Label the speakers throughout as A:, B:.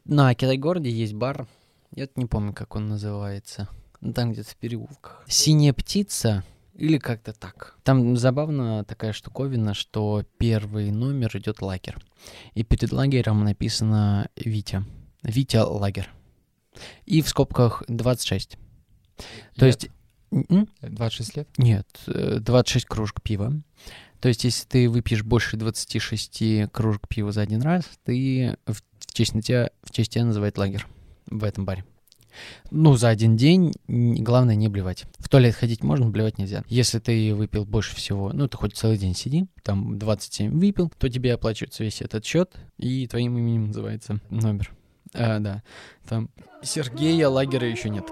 A: На Китай-городе есть бар, я не помню, как он называется, там где-то в переулках. «Синяя птица» или как-то так. Там забавно такая штуковина, что первый номер идет лагерь. И перед лагерем написано «Витя». «Витя лагерь». И в скобках 26. То есть...
B: 26 лет?
A: Нет, 26 кружек пива. То есть, если ты выпьешь больше 26 кружек пива за один раз, ты в честь тебя называют лагерь в этом баре. Ну, за один день, главное не блевать. В туалет ходить можно, блевать нельзя. Если ты выпил больше всего, ну, ты хоть целый день сиди, там 27 выпил, то тебе оплачивается весь этот счет, и твоим именем называется номер. Да, там Сергея лагеря еще нет.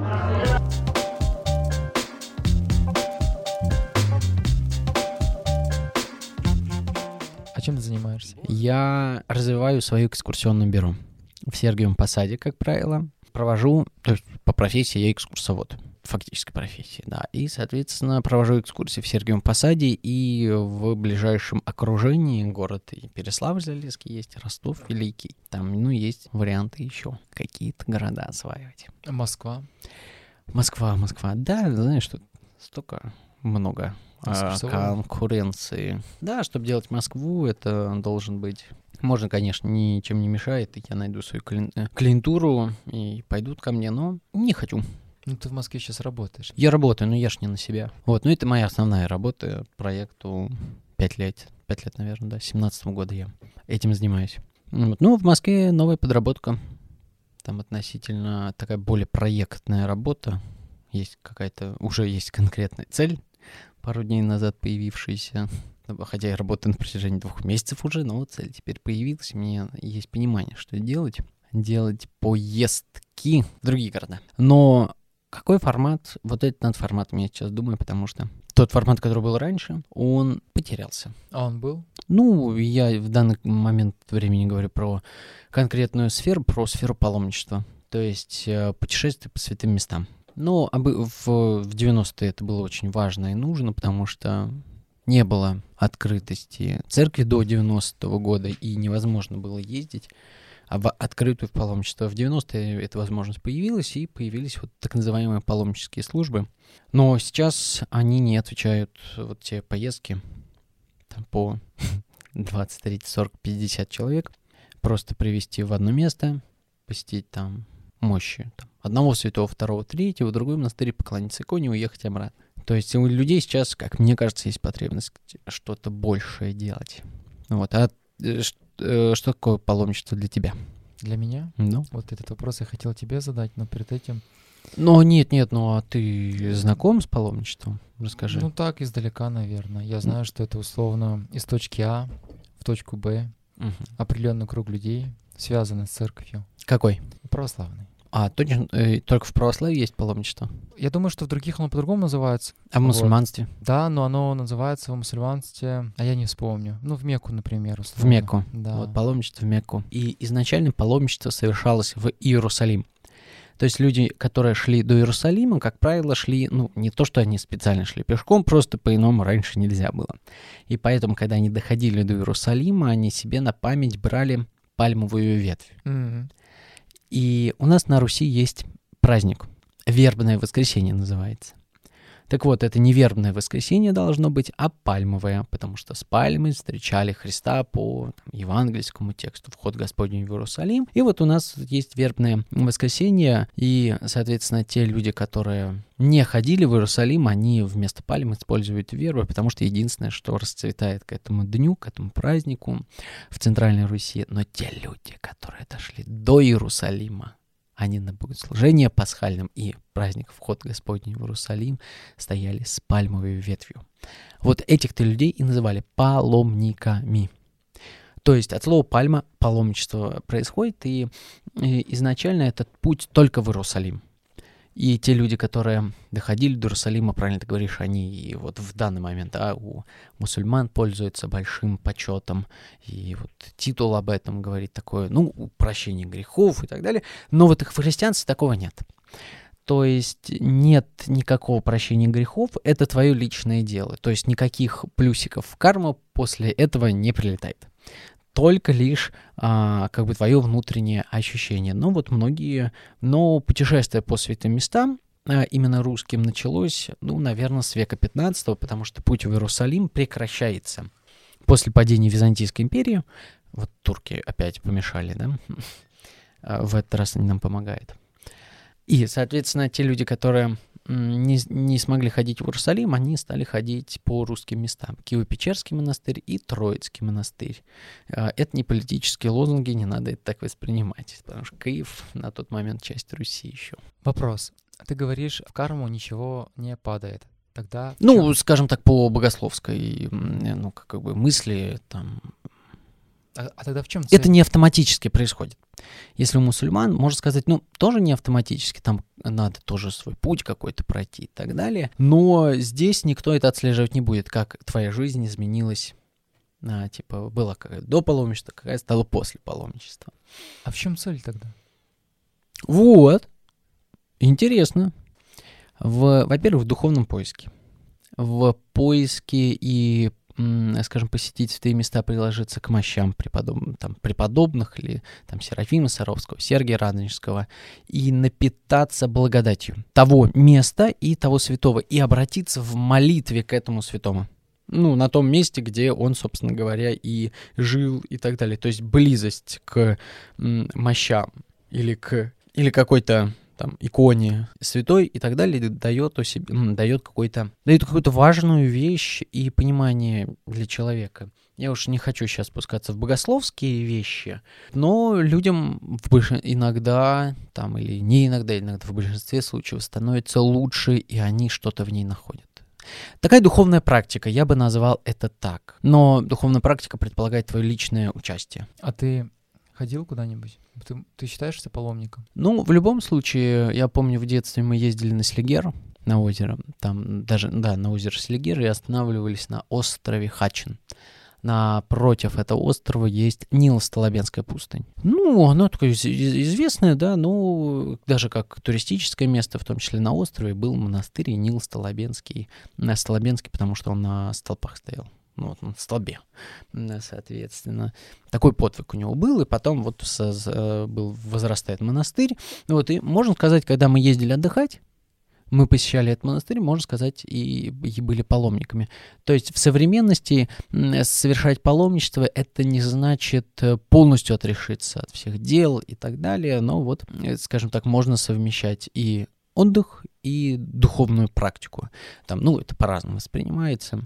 B: А чем ты занимаешься?
A: Я развиваю свое экскурсионное бюро в Сергиевом Посаде, как правило. Провожу, то есть по профессии я экскурсовод, фактически профессии, да. И, соответственно, провожу экскурсии в Сергиевом Посаде и в ближайшем окружении город и Переславль-Залесский есть, Ростов Великий. Там, ну, есть варианты еще какие-то города осваивать.
B: Москва?
A: Москва. Да, знаешь, тут столько много конкуренции. Да, чтобы делать Москву, это должен быть... Можно, конечно, ничем не мешает, я найду свою клиентуру, и пойдут ко мне, но не хочу.
B: Ну, ты в Москве сейчас работаешь.
A: Я работаю, но я ж не на себя. Вот, ну это моя основная работа, проекту 5 лет, наверное, да, с 17 года я этим занимаюсь. Вот. Ну, в Москве новая подработка, там относительно такая более проектная работа, есть какая-то, уже есть конкретная цель, пару дней назад появившаяся, хотя я работаю на протяжении 2 месяцев уже, но вот цель теперь появилась, у меня есть понимание, что делать поездки в другие города. Но какой формат? Вот этот над форматом я сейчас думаю, потому что тот формат, который был раньше, он потерялся.
B: А он был?
A: Ну, я в данный момент времени говорю про конкретную сферу, про сферу паломничества, то есть путешествия по святым местам. Но в 90-е это было очень важно и нужно, потому что не было открытости церкви до 90-го года, и невозможно было ездить в открытую паломничество. В 90-е эта возможность появилась, и появились вот так называемые паломнические службы. Но сейчас они не отвечают, вот те поездки там, по 20, 30, 40, 50 человек, просто привезти в одно место, посетить там мощи там, одного святого, второго, третьего, другой монастырь, поклониться иконе и уехать обратно. То есть у людей сейчас, как мне кажется, есть потребность что-то большее делать. Вот. А что такое паломничество для тебя?
B: Для меня?
A: Ну?
B: Вот этот вопрос я хотел тебе задать, но перед этим...
A: Ну, нет, ну а ты знаком с паломничеством? Расскажи.
B: Ну так, издалека, наверное. Я знаю, что это условно из точки А в точку Б. Определенный круг людей, связанный с церковью.
A: Какой?
B: Православный.
A: А, точно, только в православии есть паломничество?
B: Я думаю, что в других оно по-другому называется.
A: А в мусульманстве?
B: Вот. Да, но оно называется в мусульманстве, а я не вспомню. Ну, в Мекку, например. Условно.
A: В Мекку.
B: Да.
A: Вот паломничество в Мекку. И изначально паломничество совершалось в Иерусалим. То есть люди, которые шли до Иерусалима, как правило, шли, ну, не то, что они специально шли пешком, просто по-иному раньше нельзя было. И поэтому, когда они доходили до Иерусалима, они себе на память брали пальмовую ветвь.
B: Mm-hmm.
A: И у нас на Руси есть праздник. Вербное воскресенье называется. Так вот, это не вербное воскресенье должно быть, а пальмовое, потому что с пальмой встречали Христа по евангельскому тексту «Вход Господень в Иерусалим». И вот у нас есть вербное воскресенье, и, соответственно, те люди, которые не ходили в Иерусалим, они вместо пальмы используют вербы, потому что единственное, что расцветает к этому дню, к этому празднику в Центральной Руси. Но те люди, которые дошли до Иерусалима, они на богослужение пасхальном и праздник «Вход Господень в Иерусалим» стояли с пальмовой ветвью. Вот этих-то людей и называли паломниками. То есть от слова «пальма» паломничество происходит, и изначально этот путь только в Иерусалим. И те люди, которые доходили до Иерусалима, правильно ты говоришь, они и вот в данный момент у мусульман пользуются большим почетом, и вот титул об этом говорит такое, ну, прощение грехов и так далее, но вот в христианстве такого нет. То есть нет никакого прощения грехов, это твое личное дело, то есть никаких плюсиков в карму после этого не прилетает. только лишь как бы твое внутреннее ощущение. Но вот но путешествие по святым местам именно русским началось, наверное, с века 15, потому что путь в Иерусалим прекращается после падения Византийской империи. Вот турки опять помешали, да? В этот раз они нам помогают. И, соответственно, те люди, которые не смогли ходить в Иерусалим, они стали ходить по русским местам. Киево-Печерский монастырь и Троицкий монастырь. Это не политические лозунги, не надо это так воспринимать, потому что Киев на тот момент часть Руси еще.
B: Вопрос. Ты говоришь, в карму ничего не падает. Тогда
A: скажем так, по богословской мысли там.
B: А тогда в чем цель?
A: Это не автоматически происходит. Если у мусульман, можно сказать, тоже не автоматически, там надо тоже свой путь какой-то пройти и так далее. Но здесь никто это отслеживать не будет, как твоя жизнь изменилась. Была какая-то до паломничества, какая стала после паломничества.
B: А в чем цель тогда?
A: Вот. Интересно. Во-первых, в духовном поиске. В поиске и, скажем, посетить святые места, приложиться к мощам преподобных или Серафима Саровского, Сергия Радонежского и напитаться благодатью того места и того святого, и обратиться в молитве к этому святому. На том месте, где он, собственно говоря, и жил и так далее. То есть близость к мощам или какой-то иконе святой и так далее дает какую-то важную вещь и понимание для человека. Я уж не хочу сейчас спускаться в богословские вещи, но людям иногда в большинстве случаев становится лучше, и они что-то в ней находят. Такая духовная практика, я бы назвал это так. Но духовная практика предполагает твое личное участие.
B: А ты ходил куда-нибудь? Ты считаешься паломником?
A: В любом случае, я помню, в детстве мы ездили на Селигер, на озеро, на озеро Селигер, и останавливались на острове Хачин. Напротив этого острова есть Нило-Столобенская пустынь. Оно такое известное, да, даже как туристическое место, в том числе на острове, был монастырь Нило-Столобенский, потому что он на столпах стоял. На столбе, соответственно. Такой подвиг у него был, и потом возрастает монастырь. И можно сказать, когда мы ездили отдыхать, мы посещали этот монастырь, можно сказать, и были паломниками. То есть в современности совершать паломничество — это не значит полностью отрешиться от всех дел и так далее, но скажем так, можно совмещать и отдых, и духовную практику. Это по-разному воспринимается.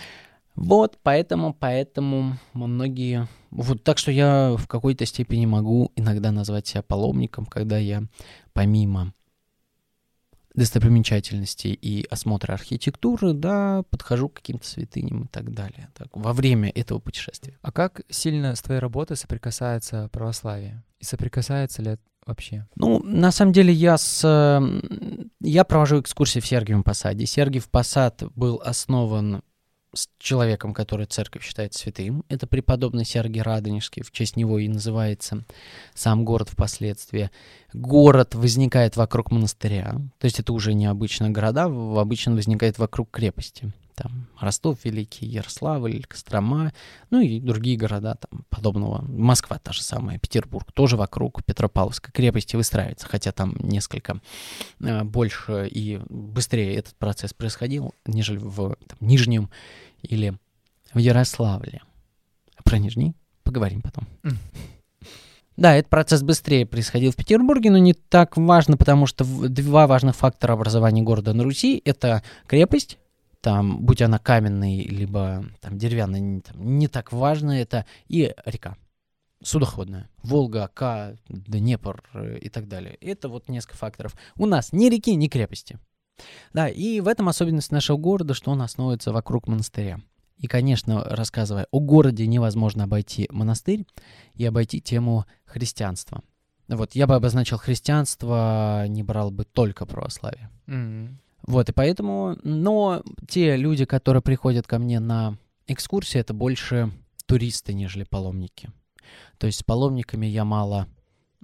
A: Поэтому многие... так что я в какой-то степени могу иногда назвать себя паломником, когда я помимо достопримечательностей и осмотра архитектуры, подхожу к каким-то святыням и так далее, во время этого путешествия.
B: А как сильно с твоей работой соприкасается православие? И соприкасается ли это вообще?
A: На самом деле я провожу экскурсии в Сергиевом Посаде. Сергиев Посад был основан с человеком, который церковь считает святым. Это преподобный Сергий Радонежский, в честь него и называется сам город впоследствии. Город возникает вокруг монастыря, то есть это уже не обычно города, обычно возникает вокруг крепости. Ростов Великий, Ярославль, Кострома, и другие города подобного. Москва та же самая, Петербург тоже вокруг Петропавловской крепости выстраивается, хотя там несколько больше и быстрее этот процесс происходил, нежели в Нижнем или в Ярославле. Про Нижний поговорим потом. Да, этот процесс быстрее происходил в Петербурге, но не так важно, потому что два важных фактора образования города на Руси — это крепость, будь она каменной, либо деревянной, не так важно это, и река судоходная. Волга, Ока, Днепр и так далее. Это несколько факторов. У нас ни реки, ни крепости. Да, и в этом особенность нашего города, что он основывается вокруг монастыря. И, конечно, рассказывая о городе, невозможно обойти монастырь и обойти тему христианства. Я бы обозначил христианство, не брал бы только православие. И поэтому, но те люди, которые приходят ко мне на экскурсии, это больше туристы, нежели паломники. То есть с паломниками я мало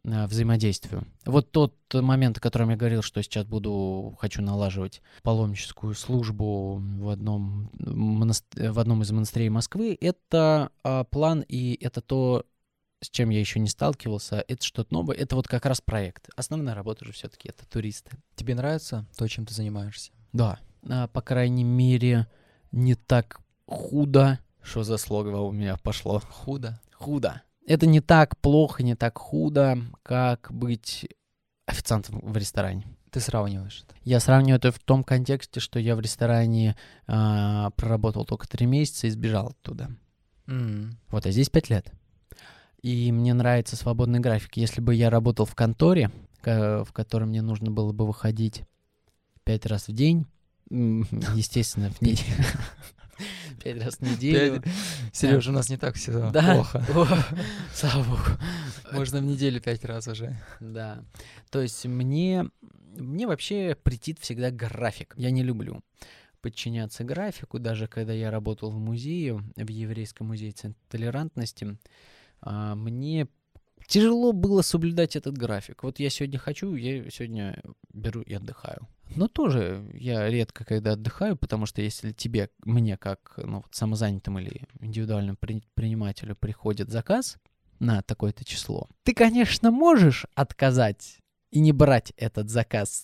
A: взаимодействию. Вот тот момент, о котором я говорил, что сейчас хочу налаживать паломническую службу в одном из монастырей Москвы, это план, и это то, с чем я еще не сталкивался, это что-то новое, это вот как раз проект. Основная работа же все-таки это туристы.
B: Тебе нравится то, чем ты занимаешься?
A: Да, по крайней мере, не так худо. Что за слово у меня пошло?
B: Худо?
A: Худо. Это не так плохо, не так худо, как быть официантом в ресторане.
B: Ты сравниваешь это?
A: Я сравниваю это в том контексте, что я в ресторане проработал только 3 месяца и сбежал оттуда. Вот, а здесь 5 лет. И мне нравится свободный график. Если бы я работал в конторе, в которой мне нужно было бы выходить 5 раз в день, естественно, в неделю. 5 раз в неделю.
B: Серёж, у нас не так все плохо.
A: Слава богу.
B: Можно в неделю 5 раз уже.
A: Да. То есть мне вообще претит всегда график. Я не люблю подчиняться графику. Даже когда я работал в музее, в Еврейском музее толерантности, мне тяжело было соблюдать этот график. Вот я сегодня хочу, я сегодня беру и отдыхаю. Но тоже я редко когда отдыхаю, потому что если мне как самозанятому или индивидуальному предпринимателю приходит заказ на такое-то число, ты, конечно, можешь отказать и не брать этот заказ.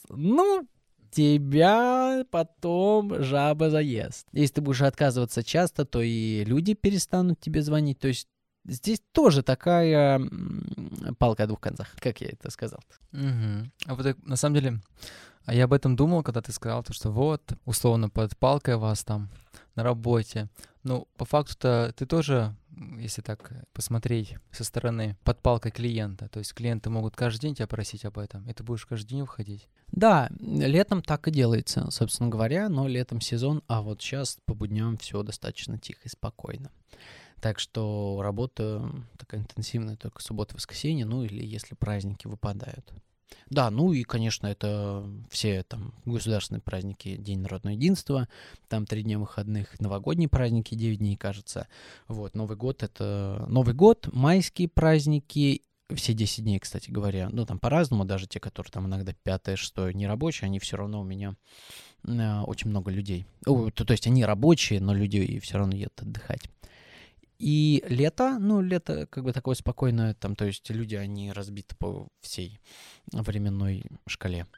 A: Тебя потом жаба заест. Если ты будешь отказываться часто, то и люди перестанут тебе звонить. То есть здесь тоже такая палка о двух концах, как я это сказал.
B: А вот на самом деле, я об этом думал, когда ты сказал, что вот, условно, под палкой вас там на работе. По факту-то ты тоже, если так посмотреть со стороны, под палкой клиента. То есть клиенты могут каждый день тебя просить об этом, и ты будешь каждый день уходить.
A: Да, летом так и делается, собственно говоря, но летом сезон, а вот сейчас по будням все достаточно тихо и спокойно. Так что работа такая интенсивная только суббота-воскресенье, или если праздники выпадают. Да, и, конечно, это все там государственные праздники, День народного единства, там 3 дня выходных, новогодние праздники, 9 дней, кажется. Вот, Новый год — это Новый год, майские праздники, все 10 дней, кстати говоря, там по-разному, даже те, которые там иногда 5-6 нерабочие, они все равно у меня очень много людей. То есть они рабочие, но люди все равно едут отдыхать. И лето как бы такое спокойное, то есть люди, они разбиты по всей временной шкале.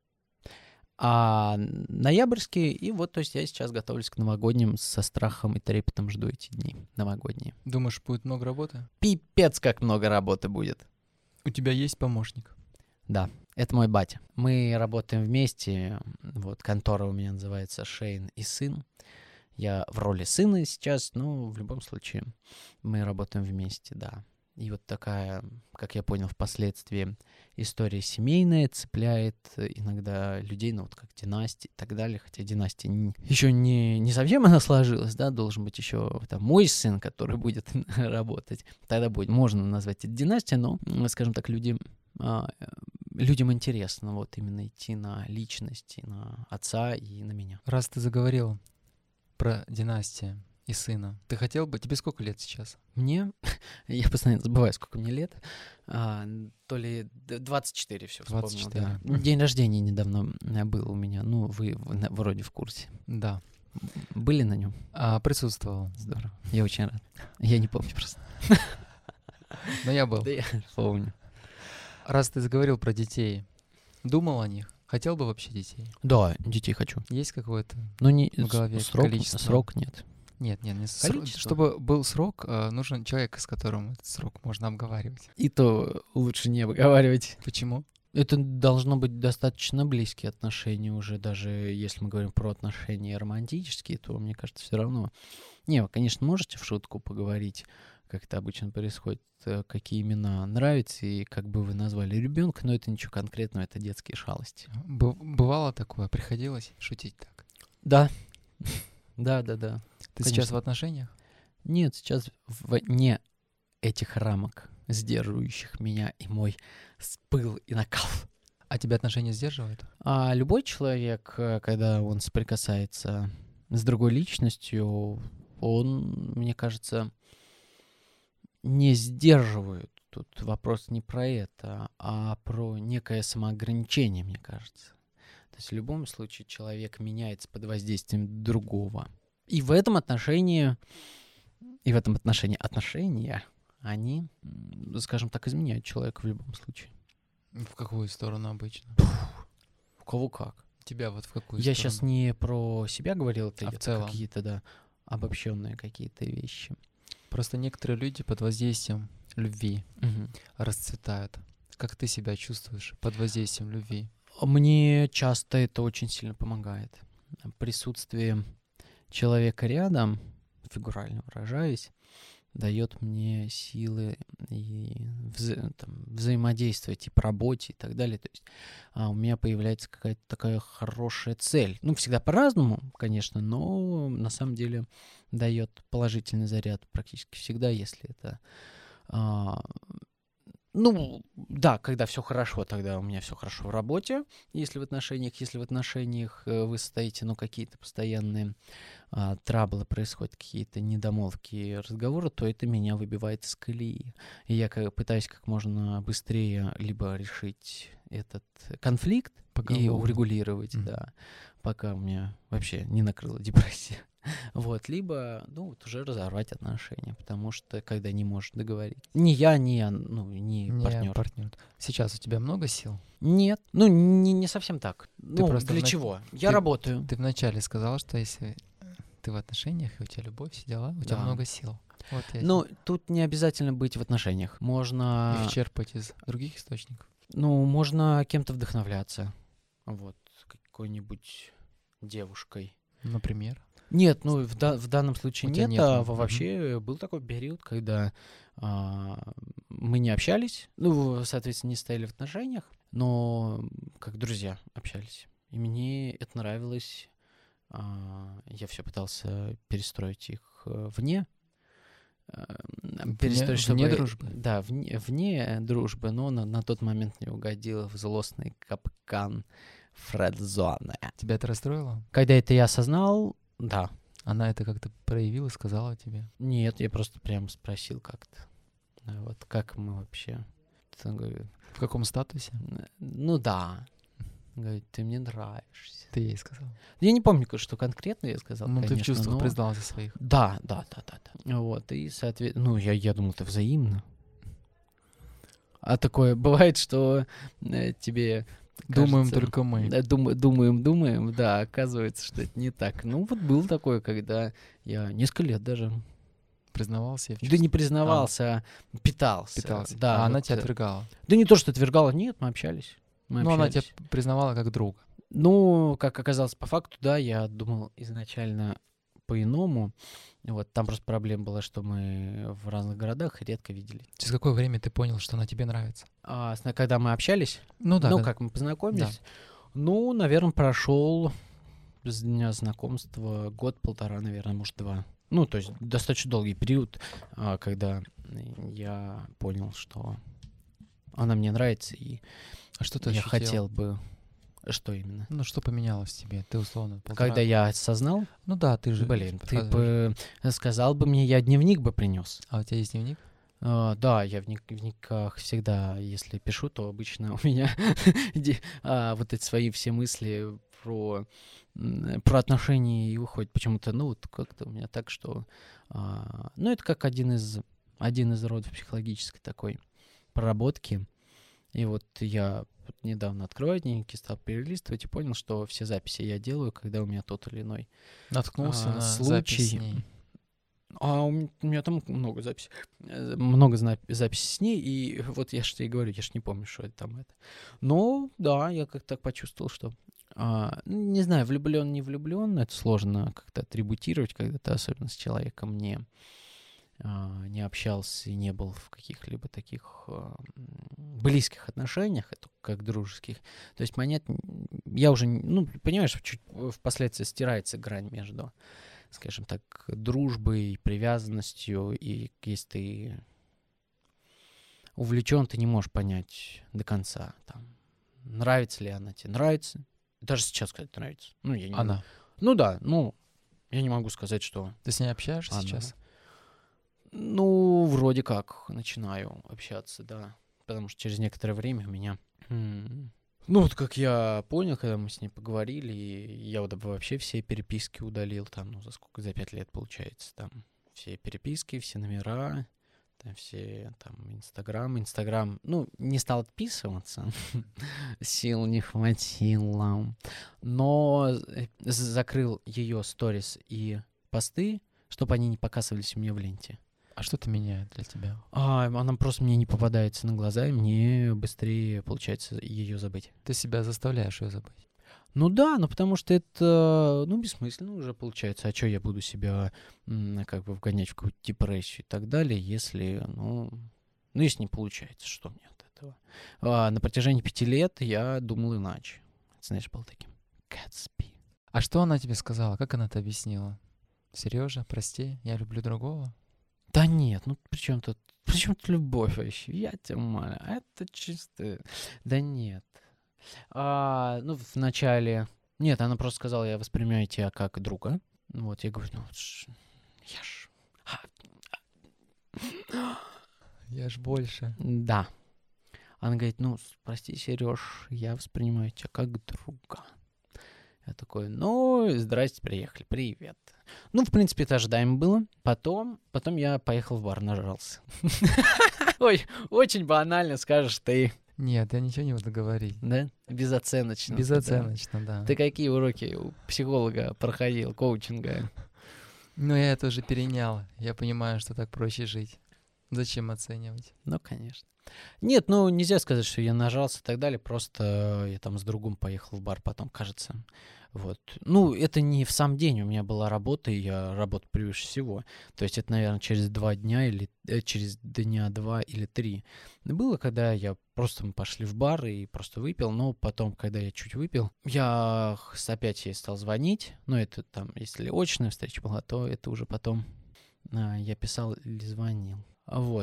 A: А ноябрьские, то есть я сейчас готовлюсь к новогодним, со страхом и трепетом жду эти дни новогодние.
B: Думаешь, будет много работы?
A: Пипец, как много работы будет.
B: У тебя есть помощник?
A: Да, это мой батя. Мы работаем вместе, контора у меня называется «Шейн и сын». Я в роли сына сейчас, в любом случае мы работаем вместе, да. И вот такая, как я понял впоследствии, история семейная цепляет иногда людей, как династии и так далее. Хотя династия еще не совсем она сложилась, да, должен быть еще мой сын, который будет работать. Тогда можно назвать это династией, но, скажем так, людям интересно именно идти на личности, на отца и на меня.
B: Раз ты заговорил про династию и сына. Ты хотел бы... Тебе сколько лет сейчас?
A: Мне? Я постоянно забываю, сколько мне лет. То ли 24 все вспомнил.
B: 24.
A: Да. День рождения недавно был у меня. Вы вроде в курсе.
B: Да.
A: Были на нем?
B: Присутствовал.
A: Здорово. Я очень рад. Я не помню просто.
B: Но я был.
A: Да я помню.
B: Раз ты заговорил про детей, думал о них? Хотел бы вообще детей?
A: Да, детей хочу.
B: Есть какое-то
A: в
B: голове
A: количество? Срок нет.
B: Нет, не срок. Чтобы был срок, нужен человек, с которым этот срок можно обговаривать.
A: И то лучше не обговаривать.
B: Почему?
A: Это должно быть достаточно близкие отношения уже, даже если мы говорим про отношения романтические, то, мне кажется, все равно... Не, вы, конечно, можете в шутку поговорить, как это обычно происходит, какие имена нравятся и как бы вы назвали ребенка, но это ничего конкретного, это детские шалости.
B: Бывало такое? Приходилось шутить так?
A: Да. Да.
B: Ты
A: Конечно.
B: сейчас в отношениях?
A: Нет, сейчас вне этих рамок, сдерживающих меня и мой пыл и накал.
B: А тебя отношения сдерживают?
A: А любой человек, когда он соприкасается с другой личностью, он, мне кажется, не сдерживает. тут вопрос не про это, а про некое самоограничение, мне кажется. То есть в любом случае человек меняется под воздействием другого. И в этом отношении отношения, они, скажем так, изменяют человека в любом случае.
B: В какую сторону обычно?
A: У кого как.
B: Тебя вот в какую
A: Я
B: сторону?
A: сейчас не про себя говорил, это
B: в целом.
A: какие-то, да, обобщенные какие-то вещи.
B: Просто некоторые люди под воздействием любви
A: Мгм.
B: расцветают. Как ты себя чувствуешь под воздействием любви?
A: Мне часто это очень сильно помогает. Присутствие человека рядом, фигурально выражаясь, дает мне силы и взаимодействовать и по работе и так далее. То есть у меня появляется какая-то такая хорошая цель. Ну, всегда по-разному, конечно, но на самом деле дает положительный заряд практически всегда, если это... Ну, да, когда все хорошо, тогда у меня все хорошо в работе, если в отношениях вы состоите, ну, какие-то постоянные траблы происходят, какие-то недомолвки, разговоры, то это меня выбивает из колеи. И я пытаюсь как можно быстрее либо решить этот конфликт и
B: Поголовно.
A: урегулировать, да, пока у меня вообще не накрыла депрессия. Вот, либо, ну, вот уже разорвать отношения, потому что когда не можешь договориться. Ни я, ни партнер.
B: Сейчас у тебя много сил?
A: Нет, ну, не совсем так. Ну,
B: просто
A: для чего? Я работаю.
B: Ты вначале сказал, что если ты в отношениях, и у тебя любовь, все дела, у тебя
A: Да.
B: много сил. Вот я
A: Ну, тут не обязательно быть в отношениях. Можно,
B: их черпать из других источников.
A: ну, можно кем-то вдохновляться. Вот, какой-нибудь девушкой.
B: Например?
A: Нет, ну, в данном случае
B: У тебя
A: нет,
B: нет,
A: а
B: мгм.
A: вообще был такой период, когда мы не общались, ну, соответственно, не стояли в отношениях, но как друзья общались. И мне это нравилось. Я все пытался перестроить их вне. Перестроить,
B: вне
A: чтобы...
B: дружбы?
A: Да, вне дружбы, но на тот момент не угодил в злостный капкан френдзоны.
B: Тебя это расстроило?
A: Когда это я осознал, да.
B: Она это как-то проявила, сказала тебе?
A: Нет, я просто прям спросил как-то. Да, вот как мы вообще... Он говорит,
B: В каком статусе?
A: ну да. Говорит, ты мне нравишься.
B: Ты ей сказал?
A: Я не помню, что конкретно я сказал,
B: Ну,
A: конечно,
B: ты в чувствах
A: но...
B: признался своих.
A: Да. Вот, и, соответственно... Ну, я думал, это взаимно. А такое бывает, что тебе...
B: Думаем
A: кажется,
B: только мы.
A: Думаем, да, оказывается, что это не так. Ну, вот был такое, когда я несколько лет даже...
B: Признавался?
A: Да не признавался, а питался. Да,
B: а
A: вот,
B: она тебя отвергала?
A: Да не то, что отвергала, нет, мы общались.
B: Ну, она тебя признавала как друга.
A: Ну, как оказалось по факту, да, я думал изначально по-иному. Вот, там просто проблема была, что мы в разных городах редко виделись.
B: Через какое время ты понял, что она тебе нравится?
A: Когда мы общались,
B: Ну да.
A: ну, как мы познакомились, ну, наверное, прошел с дня знакомства год-полтора, наверное, может, 2. Ну, то есть достаточно долгий период, когда я понял, что она мне нравится, и
B: А что ты
A: я
B: ощутил?
A: хотел бы... Что именно?
B: Ну, что поменялось в тебе? Ты условно
A: Когда я осознал,
B: Ну да, ты же...
A: блин, ты
B: показываешь.
A: бы сказал бы мне, я дневник бы принес.
B: А у тебя есть дневник?
A: Да, я в дневниках всегда, если пишу, то обычно у меня вот эти свои все мысли про отношения и выходит почему-то, ну, вот как-то у меня так, что... Ну, это как один из родов психологической такой проработки. И вот я недавно открываю дневники, стал перелистывать и понял, что все записи я делаю, когда у меня тот или иной
B: Наткнулся на
A: случай.
B: запись с ней.
A: У меня там много записей. Много записей с ней, и вот я же тебе говорю, я же не помню, что это там это. Но, да, я как-то так почувствовал, что... не знаю, влюблен, не влюблен, это сложно как-то атрибутировать, когда ты особенно с человеком не общался и не был в каких-либо таких близких отношениях, это как дружеских. То есть, понятно, я уже, ну, понимаешь, чуть впоследствии стирается грань между, скажем так, дружбой, привязанностью, и если ты увлечен, ты не можешь понять до конца, там, нравится ли она тебе, нравится. Даже сейчас сказать нравится. Ну, я не
B: Она.
A: Ну да, ну, я не могу сказать, что...
B: Ты с ней общаешься
A: она.
B: сейчас?
A: Ну, вроде как начинаю общаться, да. Потому что через некоторое время у меня... Ну, вот как я понял, когда мы с ней поговорили, я вот вообще все переписки удалил, там, ну, за сколько, за 5 лет, получается, там, все переписки, все номера, там, все, там, Инстаграм, ну, не стал отписываться, сил не хватило, но закрыл ее сторис и посты, чтобы они не показывались у меня в ленте.
B: А что это меняет для тебя?
A: Она просто мне не попадается на глаза, и мне быстрее получается ее забыть.
B: Ты себя заставляешь ее забыть.
A: Ну да, ну потому что это, ну, бессмысленно уже получается. А что я буду себя как бы вгонять в какую-то депрессию и так далее, если, ну, если не получается, что мне от этого? На протяжении 5 лет я думал иначе. Знаешь, был таким Гэтсби.
B: А что она тебе сказала? Как она это объяснила? Сережа, прости, я люблю другого.
A: Да нет, ну при чем тут любовь вообще? Я тебя умоляю, это чисто... Да нет. Ну, в начале... Нет, она просто сказала, я воспринимаю тебя как друга. Вот, я говорю, ну, я ж...
B: Я ж больше.
A: Да. Она говорит, ну, прости, Сереж, я воспринимаю тебя как друга. Я такой, ну, здрасте, приехали, привет. Ну, в принципе, это ожидаемо было. Потом я поехал в бар, нажрался. Ой, очень банально скажешь ты.
B: Нет, я ничего не буду говорить.
A: Да? Безоценочно.
B: Безоценочно, да.
A: Ты какие уроки у психолога проходил, коучинга?
B: Ну, я это уже перенял. Я понимаю, что так проще жить. Зачем оценивать?
A: Ну, конечно. Нет, ну, нельзя сказать, что я нажрался и так далее. Просто я там с другом поехал в бар потом, кажется. Вот. Ну, это не в сам день. У меня была работа, и я работаю превыше всего. То есть это, наверное, через 2 дня или через дня 2 или 3. Было, когда мы пошли в бар и просто выпил. Но потом, когда я чуть выпил, я опять ей стал звонить. Но это там, если очная встреча была, то это уже потом я писал или звонил. Вот,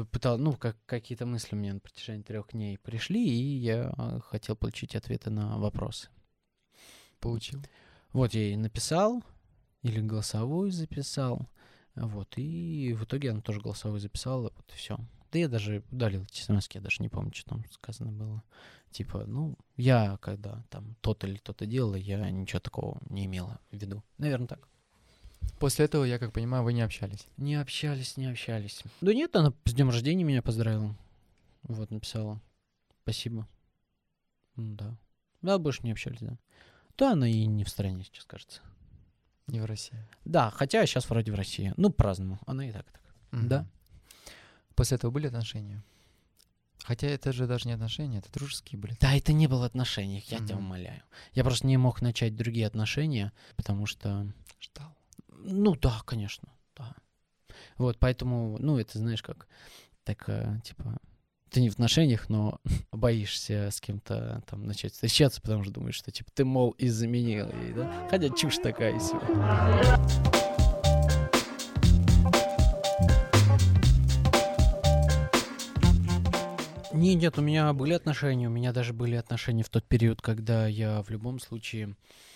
A: какие-то мысли у меня на протяжении 3 дней пришли, и я хотел получить ответы на вопросы.
B: Получил.
A: Вот, я ей написал, или голосовую записал, вот, и в итоге она тоже голосовую записала, вот, и все. Да я даже удалил эти смс-ки, я даже не помню, что там сказано было. Типа, ну, я когда там то-то или то-то делала, я ничего такого не имела в виду. Наверное, так.
B: После этого, я как понимаю, вы не общались?
A: Не общались. Да нет, она с днем рождения меня поздравила. Вот, написала. Спасибо. Да. Да, больше не общались, да. Да, она и не в стране сейчас, кажется.
B: Не в России?
A: Да, хотя сейчас вроде в России. Ну, праздному. Она и так.
B: Mm-hmm.
A: Да.
B: После этого были отношения? Хотя это же даже не отношения, это дружеские были.
A: Да, это не было отношений, я тебя умоляю. Я просто не мог начать другие отношения, потому что...
B: Ждал.
A: Ну да, конечно, да. Вот, поэтому, ну, это, знаешь, как, так, типа, ты не в отношениях, но боишься с кем-то там начать встречаться, потому что думаешь, что, типа, ты, мол, изменил ей, да? Хотя чушь такая себе. Нет, у меня были отношения, у меня даже были отношения в тот период, когда я в любом случае,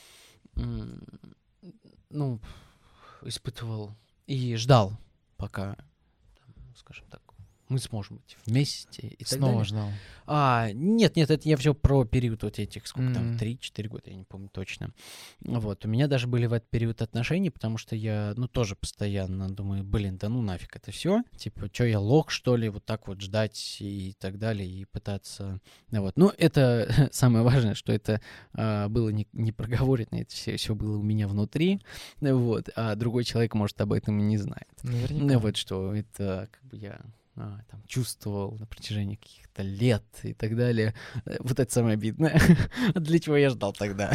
A: ну, испытывал и ждал, пока, скажем так, мы сможем быть вместе и так далее.
B: Снова ждал.
A: Нет, это я все про период вот этих, сколько там, 3-4 года, я не помню точно. Вот, у меня даже были в этот период отношений, потому что я, ну, тоже постоянно думаю, блин, да ну нафиг это все. Типа, что я лох, что ли, вот так вот ждать и так далее, и пытаться, вот. Ну, это самое важное, что это было не проговорено, это все было у меня внутри, вот, а другой человек, может, об этом и не знает.
B: Наверняка.
A: Ну, вот что, это как бы я... там, чувствовал на протяжении каких-то лет и так далее. Вот это самое обидное. Для чего я ждал тогда?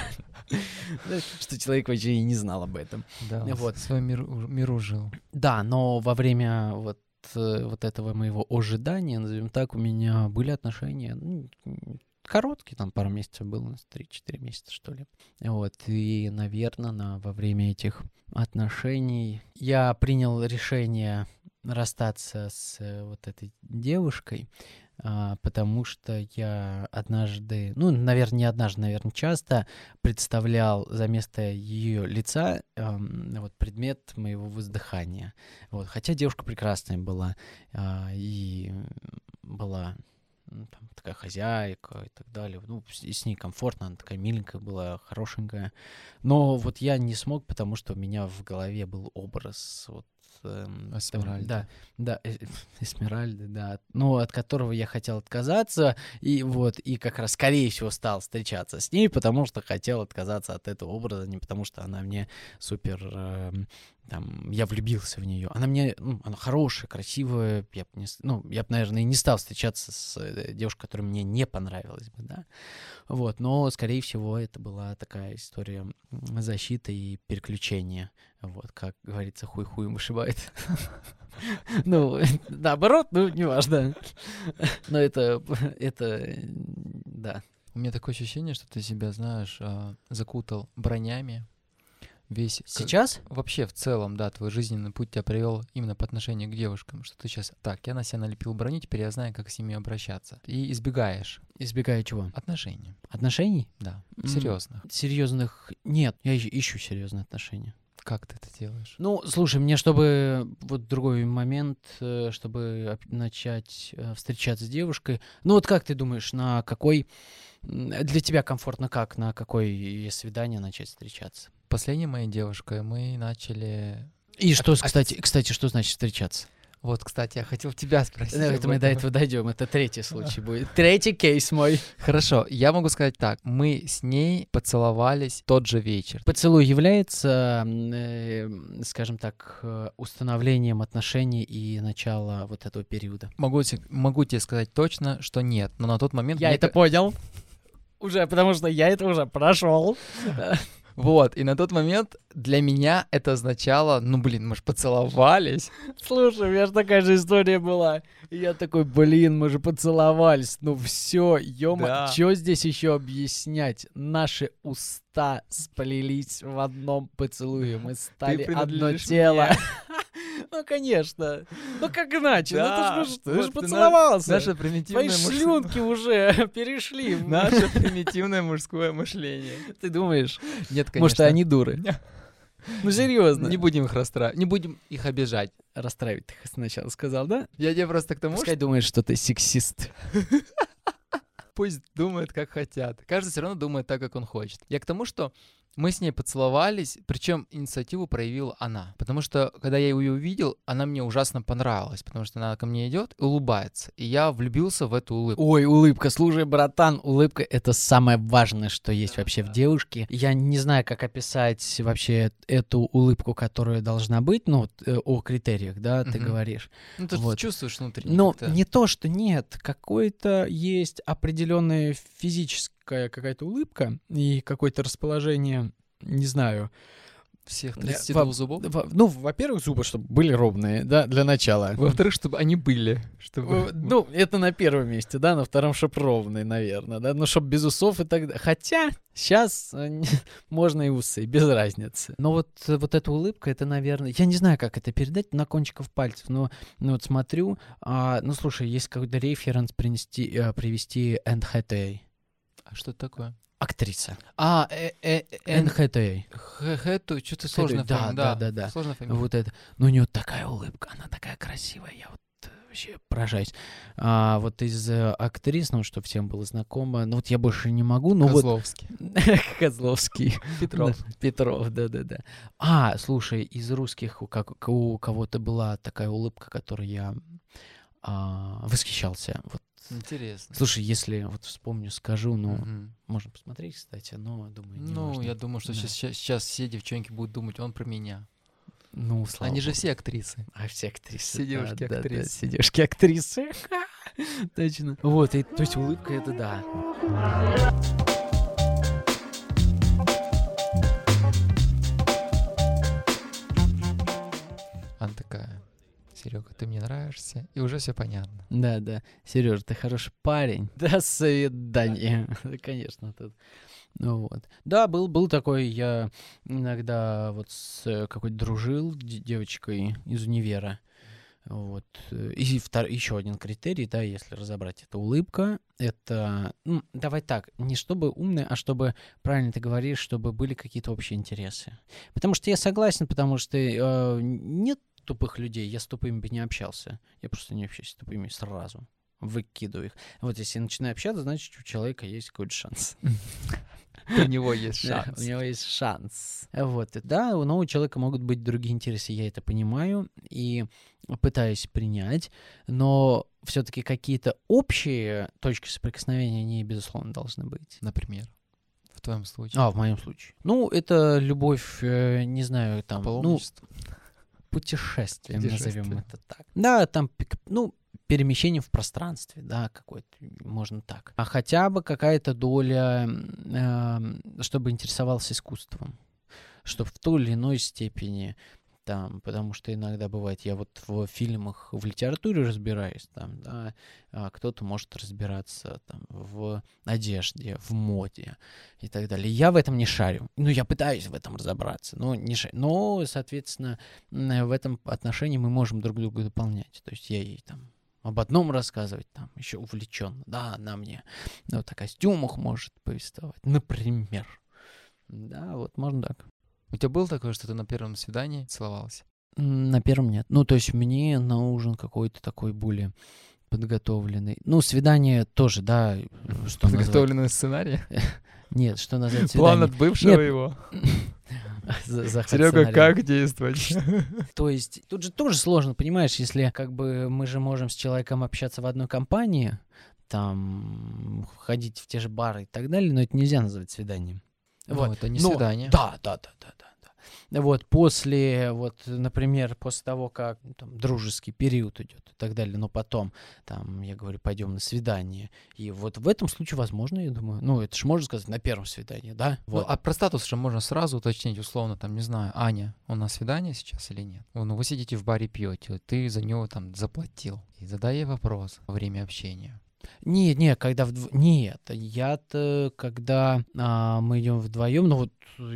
A: Что человек вообще и не знал об этом.
B: Да,
A: вот.
B: в своем миру жил.
A: Да, но во время вот этого моего ожидания, назовем так, у меня были отношения, ну, короткие, там пару месяцев было, у нас 3-4 месяца, что ли. Вот, и, наверное, во время этих отношений я принял решение расстаться с вот этой девушкой, потому что я однажды, ну, наверное, не однажды, наверное, часто представлял за место ее лица вот предмет моего воздыхания. Вот. Хотя девушка прекрасная была, и была там, такая хозяйка и так далее. Ну, и с ней комфортно, она такая миленькая была, хорошенькая. Но вот я не смог, потому что у меня в голове был образ вот
B: Эсмеральда.
A: да, Эсмеральды, да, ну, от которого я хотел отказаться, и вот, и как раз, скорее всего, стал встречаться с ней, потому что хотел отказаться от этого образа, не потому что она мне супер, там, я влюбился в нее. Она мне, ну, она хорошая, красивая, я бы, наверное, и не стал встречаться с девушкой, которая мне не понравилась бы, да, вот, но, скорее всего, это была такая история защиты и переключения, вот, как говорится, хуй вышибает. Ну, наоборот, ну, неважно. Но это, да.
B: У меня такое ощущение, что ты себя, знаешь, закутал бронями. Весь
A: Сейчас?
B: Вообще в целом, да, твой жизненный путь тебя привел именно по отношению к девушкам, что ты сейчас, так, я на себя налепил броню, теперь я знаю, как с ними обращаться. И избегаешь.
A: Избегаю чего?
B: Отношений.
A: Отношений?
B: Да, серьезных.
A: Серьезных нет, я ищу серьезные отношения.
B: Как ты это делаешь?
A: Ну, слушай, мне чтобы вот другой момент, чтобы начать встречаться с девушкой. Ну вот как ты думаешь, на какой для тебя комфортно как, на какое свидание начать встречаться?
B: Последней моей девушкой мы начали...
A: И что, кстати, что значит встречаться?
B: Вот, кстати, я хотел тебя спросить.
A: Это мы до этого дойдем. Это третий случай будет. Третий кейс мой.
B: Хорошо, я могу сказать так. Мы с ней поцеловались тот же вечер.
A: Поцелуй является, скажем так, установлением отношений и начала вот этого периода?
B: Могу тебе сказать точно, что нет. Но на тот момент...
A: Я это понял. Уже, потому что я это уже прошел.
B: Вот, и на тот момент для меня это означало, ну, блин, мы же поцеловались.
A: Слушай, у меня же такая же история была. И я такой, блин, мы же поцеловались. Ну все, ё-моё,
B: Да.
A: что здесь еще объяснять? Наши уста сплелись в одном поцелуе. Мы стали одно
B: принадлежишь
A: тело.
B: мне.
A: Ну, конечно. Ну, как иначе?
B: Да,
A: Ну, ты
B: вот
A: же поцеловался.
B: Наша
A: Твои
B: примитивная
A: шлюнки уже перешли.
B: Наше примитивное мужское мышление.
A: Ты думаешь?
B: Нет, конечно.
A: Может, и они дуры? Ну, серьезно.
B: Не будем их расстраивать, не будем их обижать.
A: Расстраивать ты сначала сказал, да?
B: Я тебе просто к тому,
A: Пускай
B: что
A: думаешь, что ты сексист.
B: пусть думают, как хотят. Каждый все равно думает так, как он хочет. Я к тому, что мы с ней поцеловались, причем инициативу проявила она. Потому что, когда я ее увидел, она мне ужасно понравилась, потому что она ко мне идет и улыбается. И я влюбился в эту улыбку.
A: Ой, улыбка, слушай, братан, улыбка — это самое важное, что есть вообще в девушке. Я не знаю, как описать вообще эту улыбку, которая должна быть, ну, о критериях, да, ты говоришь.
B: Ну, ты
A: Вот.
B: чувствуешь внутренне.
A: Но
B: как-то.
A: не то, что нет, какое-то есть определенная физическая какая-то улыбка и какое-то расположение, не знаю.
B: Всех 32 зубов?
A: Ну, во-первых, зубы, чтобы были ровные, да, для начала.
B: Во-вторых, чтобы они были. Чтобы...
A: Ну, это на первом месте, да, на втором, чтоб ровные, наверное, да, ну, чтоб без усов и так далее. Хотя сейчас можно и усы, без разницы. Но вот эта улыбка, это, наверное, я не знаю, как это передать на кончиков пальцев, но вот смотрю, ну, слушай, есть какой-то референс привести Энн Хэтэуэй.
B: А что это такое?
A: Актриса.
B: Энн
A: Энн Хэтэуэй.
B: Хэту, что-то сложная фамилия.
A: Да.
B: Сложная фамилия.
A: Вот это. Ну, у нее такая улыбка, она такая красивая, я вот вообще поражаюсь. Вот из актрис, ну, чтобы всем было знакомо, ну, вот я больше не могу, ну,
B: Козловский.
A: вот... Козловский.
B: Петров.
A: Да, Петров, да. Слушай, из русских у кого-то была такая улыбка, которой я восхищался. Вот.
B: Интересно.
A: Слушай, если вот вспомню, скажу, ну,
B: Мгм.
A: можно посмотреть, кстати, но, думаю, не
B: Ну,
A: важно.
B: я думаю, что
A: Да.
B: сейчас все девчонки будут думать, он про меня.
A: Ну, слава
B: Они же
A: богу.
B: все актрисы.
A: Все актрисы.
B: Все девушки актрисы.
A: все девушки актрисы. Точно. Вот, и, то есть улыбка — это да.
B: Она такая: Серега, ты мне нравишься, и уже все понятно.
A: Да. Сережа, ты хороший парень. До свидания. Конечно, тут. Ну вот. Да, был такой, я иногда вот с какой-то дружил девочкой из универа. Вот. И еще один критерий, да, если разобрать, это улыбка. Это, ну, давай так, не чтобы умная, а чтобы, правильно ты говоришь, чтобы были какие-то общие интересы. Потому что я согласен, потому что нет тупых людей, я с тупыми бы не общался. Я просто не общаюсь с тупыми сразу. Выкидываю их. Вот если я начинаю общаться, значит, у человека есть какой-то шанс.
B: У него есть
A: Да,
B: шанс.
A: у него есть шанс. Вот, да, но у человека могут быть другие интересы, я это понимаю и пытаюсь принять, но все-таки какие-то общие точки соприкосновения, они, безусловно, должны быть.
B: Например, в твоем случае.
A: В моем случае. Ну, это любовь, не знаю, там, ну,
B: Паломничество.
A: путешествием, назовем
B: Путешествие.
A: это так. Да, там, ну, перемещение в пространстве, да, какое-то, можно так. А хотя бы какая-то доля, чтобы интересовался искусством, чтобы в той или иной степени, там, потому что иногда бывает, я вот в фильмах, в литературе разбираюсь, там, да, а кто-то может разбираться там в одежде, в моде и так далее. Я в этом не шарю. Ну, я пытаюсь в этом разобраться, но не шарю. Но, соответственно, в этом отношении мы можем друг друга дополнять. То есть я ей там об одном рассказывать, там, еще увлеченно. Да, она мне вот о костюмах может повествовать, например. Да, вот можно так.
B: У тебя было такое, что ты на первом свидании целовался?
A: На первом нет. Ну, то есть мне нужен какой-то такой более подготовленный. Ну, свидание тоже, да, что назвать.
B: Подготовленный сценарий?
A: Нет, что назвать
B: План
A: свидание.
B: от бывшего
A: Нет.
B: его?
A: Захват
B: Серега,
A: сценария.
B: как действовать?
A: То есть тут же тоже сложно, понимаешь, если как бы мы же можем с человеком общаться в одной компании, там, ходить в те же бары и так далее, но это нельзя называть свиданием.
B: Вот, это не
A: Но-
B: свидание.
A: Да. Вот после, вот, например, после того, как там, дружеский период идет и так далее, но потом, там, я говорю, пойдем на свидание. И вот в этом случае, возможно, я думаю, ну, это же можно сказать на первом свидании, да?
B: Ну,
A: Вот.
B: а про статус же можно сразу уточнить, условно, там, не знаю, Аня, у нас свидание сейчас или нет? Ну, вы сидите в баре, пьете, ты за него там заплатил. И задай ей вопрос во время общения.
A: Нет, когда нет, я-то, когда мы идем вдвоем, ну вот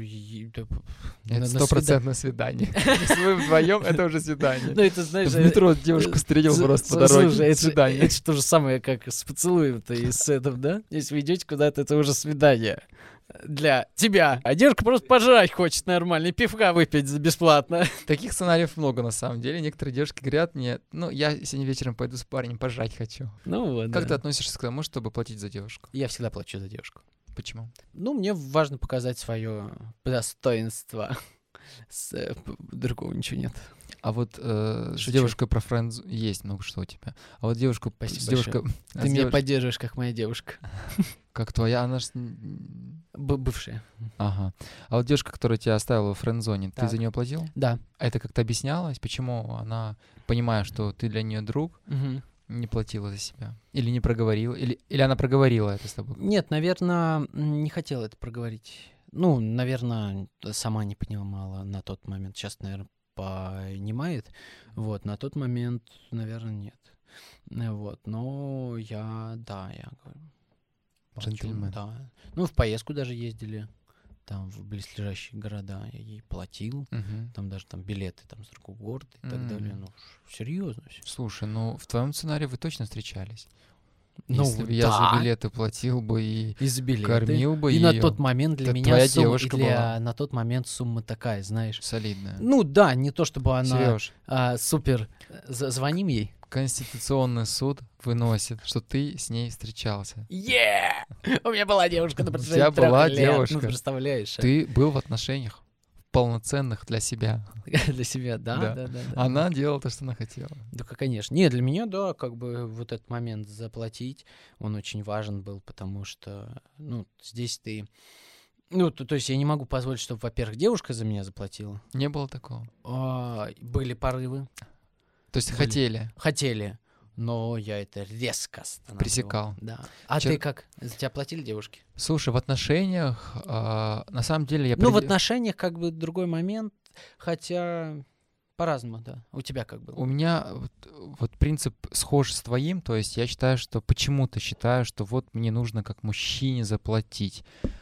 B: Это
A: на
B: стопроцентное свидание. Если вы вдвоем, это уже свидание.
A: Ну, это, знаешь,
B: В метро девушку встретил просто по дороге.
A: Слушай,
B: Свидание.
A: это же то же самое, как с поцелуем-то и с этим, да? Если вы идете куда-то, это уже свидание для тебя. А девушка просто пожрать хочет нормально, и пивка выпить бесплатно.
B: Таких сценариев много на самом деле. Некоторые девушки говорят мне, ну, я сегодня вечером пойду с парнем пожрать хочу.
A: Ну вот,
B: Как ты
A: да.
B: относишься к тому, чтобы платить за девушку?
A: Я всегда плачу за девушку.
B: Почему?
A: Ну, мне важно показать свое достоинство. Другого ничего нет.
B: А вот с
A: Шучу.
B: девушкой про френдз есть много что у тебя. А вот девушку
A: Спасибо
B: с девушкой...
A: Ты меня поддерживаешь, как моя девушка.
B: Как твоя, она ж...
A: Бывшая.
B: Ага. А вот девушка, которая тебя оставила в френд-зоне, ты
A: Так.
B: за нее платил?
A: Да.
B: А это как-то объяснялось? Почему она, понимая, что ты для нее друг,
A: Мгм.
B: не платила за себя? Или не проговорила? Или она проговорила это с тобой?
A: Нет, наверное, не хотела это проговорить. Ну, наверное, сама не понимала на тот момент. Сейчас, наверное, понимает. Вот, на тот момент, наверное, нет. Вот, но я говорю. плачу,
B: Джентльмен.
A: Да. Ну, в поездку даже ездили. Там, в близлежащие города. Я ей платил.
B: Мгм.
A: Там даже там билеты там, с другого города и так далее. Ну, серьезно все.
B: Слушай, ну в твоем сценарии вы точно встречались.
A: Ну,
B: Если бы я за билеты платил бы и
A: И за билеты.
B: кормил бы
A: И
B: ее,
A: на тот момент для
B: Это
A: меня
B: твоя
A: сумма,
B: девушка была.
A: на тот момент сумма такая, знаешь.
B: солидная.
A: Ну да, не то чтобы она
B: Сереж,
A: супер. Звоним ей.
B: Конституционный суд выносит, что ты с ней встречался.
A: У меня была девушка на
B: У
A: протяжении
B: тебя
A: 3
B: была
A: лет.
B: девушка.
A: Ну, представляешь.
B: Ты был в отношениях полноценных для себя.
A: Для себя,
B: Да.
A: да.
B: Она делала то, что она хотела.
A: Да, конечно. Не, для меня, да, как бы вот этот момент заплатить, он очень важен был, потому что, ну, здесь ты... Ну, то есть я не могу позволить, чтобы, во-первых, девушка за меня заплатила.
B: Не было такого.
A: Были порывы.
B: То есть
A: Были. Хотели, но я это резко останавливал.
B: Пресекал.
A: Да. А
B: Вчера-
A: ты как? За тебя платили девушки?
B: Слушай, в отношениях, на самом деле я...
A: Ну, в отношениях как бы другой момент, хотя по-разному, да. У тебя как было?
B: У меня вот принцип схож с твоим, то есть я считаю, что почему-то считаю, что вот мне нужно как мужчине заплатить.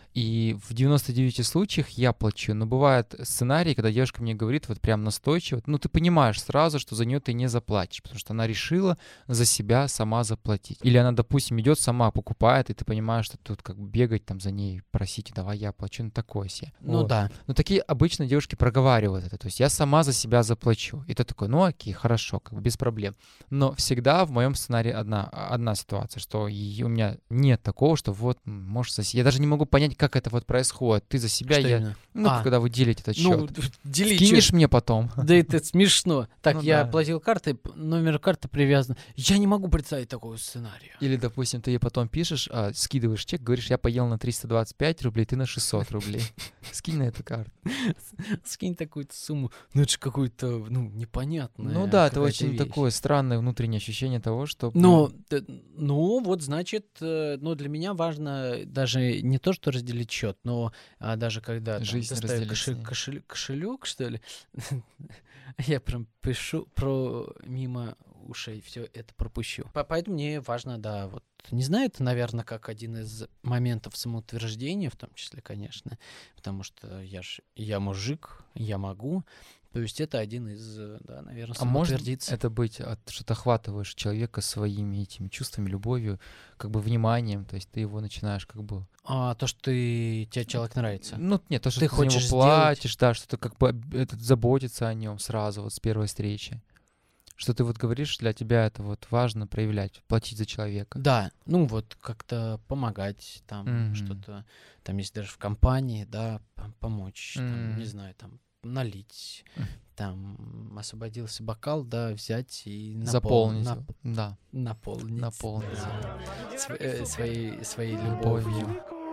B: И в 99 случаях я плачу. Но бывают сценарии, когда девушка мне говорит вот прям настойчиво, ну ты понимаешь сразу, что за нее ты не заплатишь, потому что она решила за себя сама заплатить. Или она, допустим, идет сама покупает, и ты понимаешь, что тут как бы бегать там за ней, просить, давай я плачу, ну такое себе.
A: Ну
B: Вот.
A: да.
B: Но такие обычно девушки проговаривают это, то есть я сама за себя заплачу. И ты такой, ну окей, хорошо, как бы без проблем. Но всегда в моем сценарии одна ситуация, что у меня нет такого, что вот, можешь за себя. Я даже не могу понять, как это вот происходит. Ты за себя,
A: Что именно?
B: когда вы делите этот
A: Ну,
B: счет.
A: дели
B: Скинешь мне потом.
A: Да это смешно. Так,
B: Ну
A: я
B: да.
A: платил картой, номер карты привязан. Я не могу представить такого сценария.
B: Или, допустим, ты ей потом пишешь, скидываешь чек, говоришь, я поел на 325 рублей, ты на 600 рублей. Скинь на эту карту.
A: Скинь такую-то сумму. Ну, это же какое-то, непонятное.
B: Ну да, это
A: какая-то
B: очень
A: вещь.
B: такое странное внутреннее ощущение того, что...
A: Ну, вот значит, для меня важно даже не то, что разделить счет, но даже когда там,
B: Жизнь
A: достаю
B: разделить с ней.
A: кошелек, что ли, я прям пишу мимо ушей, все это пропущу. Поэтому мне важно, да, вот, не знаю, это, наверное, как один из моментов самоутверждения, в том числе, конечно, потому что я мужик, я могу. То есть это один из, да, наверное,
B: А может
A: самоутвердиться.
B: это быть, что ты охватываешь человека своими этими чувствами, любовью, как бы вниманием, то есть ты его начинаешь как бы...
A: То, что тебе человек нравится.
B: Ну, нет, то, что
A: Ты
B: ты за него
A: хочешь
B: платишь, да, что ты как бы заботиться о нем сразу, вот с первой встречи. Что ты вот говоришь, для тебя это вот важно проявлять, платить за человека.
A: Да, ну вот как-то помогать, там что-то, там если даже в компании, да, помочь, там, не знаю, там налить, там освободился бокал, да, взять и
B: Заполнить, да.
A: Наполнить
B: Наполнить.
A: Своей любовью.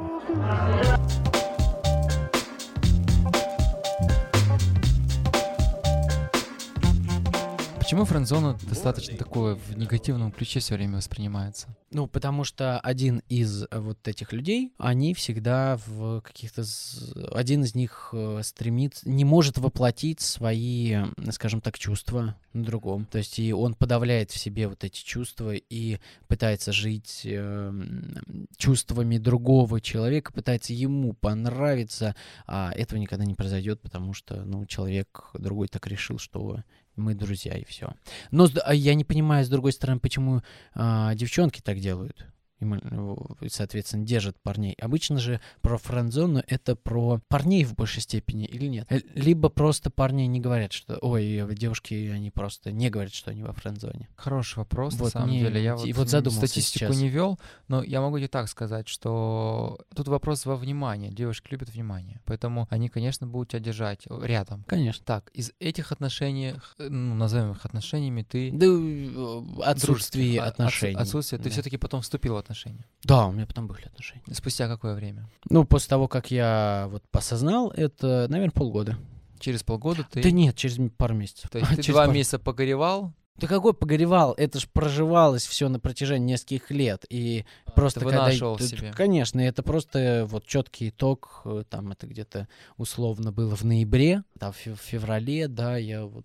B: Почему френдзона достаточно такое в негативном ключе все время воспринимается?
A: Ну, потому что один из вот этих людей, они всегда в каких-то... Один из них стремится, не может воплотить свои, скажем так, чувства на другом. То есть и он подавляет в себе вот эти чувства и пытается жить чувствами другого человека, пытается ему понравиться, а этого никогда не произойдет, потому что, человек другой так решил, что мы друзья, и все. Но я не понимаю, с другой стороны, почему девчонки так делают. И, соответственно, держат парней. Обычно же про френдзону это про парней в большей степени или нет? Либо просто парни не говорят, что... девушки, они просто не говорят, что они во френдзоне.
B: Хороший вопрос,
A: Вот
B: на самом деле. Я
A: задумался
B: статистику
A: сейчас.
B: не вел, но я могу тебе так сказать, что тут вопрос во внимании. Девушки любят внимание, поэтому они, конечно, будут тебя держать рядом.
A: Конечно.
B: Так, из этих отношений, назовем их отношениями, ты...
A: Да, отсутствие отношений.
B: Отсутствие. Ты
A: Да.
B: все-таки потом вступил в отношения.
A: Да, у меня потом были отношения.
B: Спустя какое время?
A: После того, как я вот посознал, это, наверное, полгода.
B: Через полгода ты...
A: Да нет, через пару месяцев.
B: То есть ты 2 месяца погоревал?
A: Да какой погоревал? Это ж проживалось все на протяжении нескольких лет. И просто
B: ты
A: когда...
B: вынашивал себе.
A: Конечно, это просто вот четкий итог. Там это где-то условно было в ноябре, в феврале, да, я вот...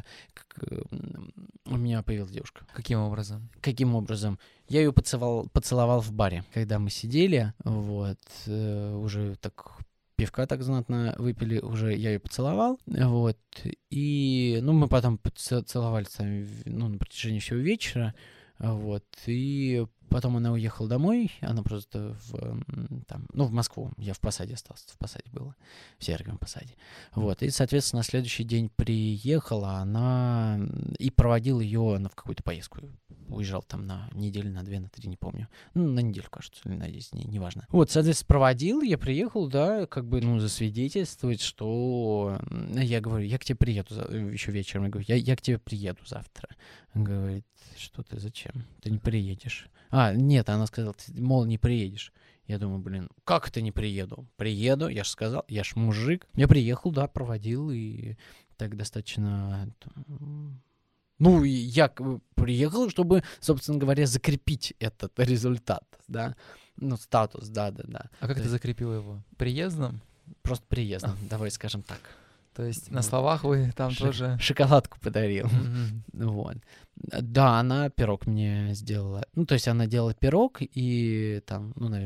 A: У меня появилась девушка.
B: Каким образом?
A: Каким образом? Я ее поцеловал в баре, когда мы сидели, вот, уже так... Пивка так знатно выпили, уже я ее поцеловал, вот, и, мы потом целовались там, на протяжении всего вечера, вот, и потом она уехала домой, она просто в Москву, я в Посаде остался, в Посаде было, в Сергиевом Посаде, вот, и, соответственно, на следующий день приехала она и проводил ее в какую-то поездку, уезжал там на неделю, на 2, на 3, не помню, на неделю, кажется, или на 10 дней, неважно. Вот, соответственно, проводил, я приехал, да, засвидетельствовать, что, я говорю, я к тебе приеду, еще вечером, я говорю, я к тебе приеду завтра. Он говорит, что ты, зачем? Ты не приедешь. Нет, она сказала, ты, мол, не приедешь. Я думаю, как это не приеду? Приеду, я же сказал, я ж мужик. Я приехал, да, проводил, и так достаточно... я приехал, чтобы, собственно говоря, закрепить этот результат, да, статус, да.
B: А как ты закрепил его? Приездом?
A: Просто приездом, давай скажем так.
B: То есть на словах вы там тоже...
A: Шоколадку подарил, вот. Да, она пирог мне сделала. То есть она делала пирог, и там, наверное,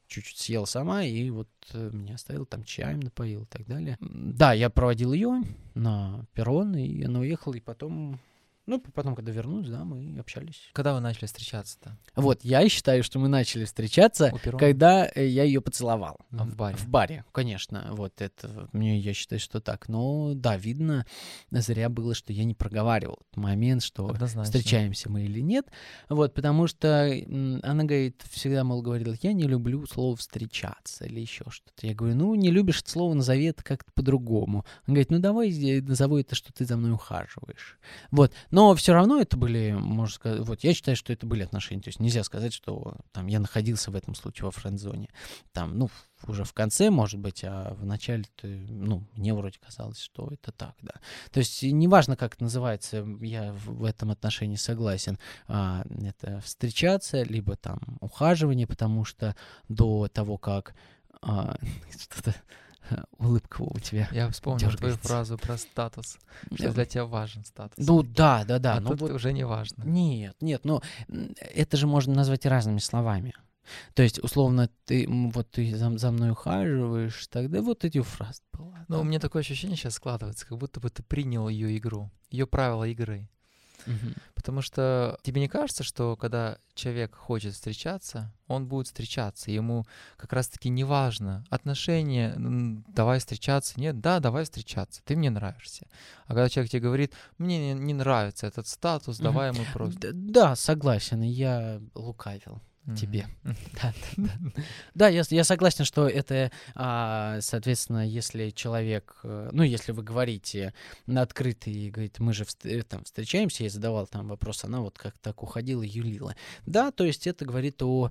A: чуть-чуть съела сама, и вот меня оставила, там чаем напоила и так далее. Да, я проводил ее на перрон, и она уехала, и потом... Ну, потом, когда вернусь, да, мы общались.
B: Когда вы начали встречаться-то?
A: Вот, я считаю, что мы начали встречаться,
B: У перрона?
A: когда я ее поцеловал.
B: А в баре?
A: В баре, конечно. Вот это, я считаю, что так. Но, да, видно, зря было, что я не проговаривал этот момент, что
B: Однозначно.
A: встречаемся мы или нет. Вот, потому что она говорит, всегда, мол, говорила, я не люблю слово «встречаться» или еще что-то. Я говорю, ну, не любишь это слово, назови это как-то по-другому. Она говорит, ну, давай назову это, что ты за мной ухаживаешь. Вот, но все равно это были, можно сказать, вот я считаю, что это были отношения. То есть нельзя сказать, что там я находился в этом случае во френд-зоне. Там, ну, уже в конце, может быть, а в начале, ну, мне вроде казалось, что это так, да. То есть неважно, как это называется, я в этом отношении согласен. Это встречаться, либо там ухаживание, потому что до того, как что-то... Улыбка у тебя.
B: Я вспомнил
A: дёргается.
B: твою фразу про статус, что для тебя важен статус.
A: Ну да.
B: А
A: Но
B: тут
A: вот...
B: уже не важно.
A: Нет, но это же можно назвать и разными словами. То есть, условно, ты за мной ухаживаешь, тогда вот эти фразы была.
B: Ну, у меня такое ощущение сейчас складывается, как будто бы ты принял ее игру, ее правила игры. Потому что тебе не кажется, что когда человек хочет встречаться, он будет встречаться, ему как раз-таки не важно отношения, давай встречаться, нет, да, давай встречаться, ты мне нравишься. А когда человек тебе говорит, мне не нравится этот статус, давай мы просто...
A: Да, согласен, я лукавил тебе. Да, я согласен, что это, соответственно, если человек, ну, если вы говорите на открытый и говорите, мы же там встречаемся, я задавал там вопрос, она вот как так уходила, юлила. Да, то есть это говорит о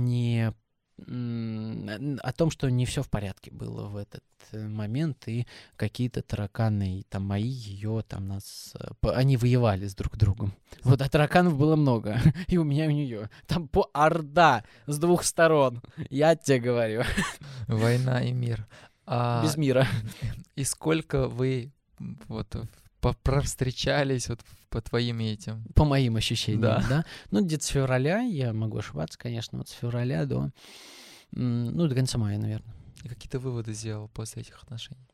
A: том, что не все в порядке было в этот момент, и какие-то тараканы, там, мои, ее, там, нас... Они воевали с друг другом. Вот, а тараканов было много. И у меня, и у нее. Там орда с двух сторон. Я тебе говорю.
B: Война и мир.
A: Без мира.
B: И сколько вы вот провстречались вот по твоим этим?
A: По моим ощущениям, да? Ну, где-то с февраля, я могу ошибаться, конечно, вот с февраля до конца мая, наверное.
B: И какие ты выводы сделал после этих отношений?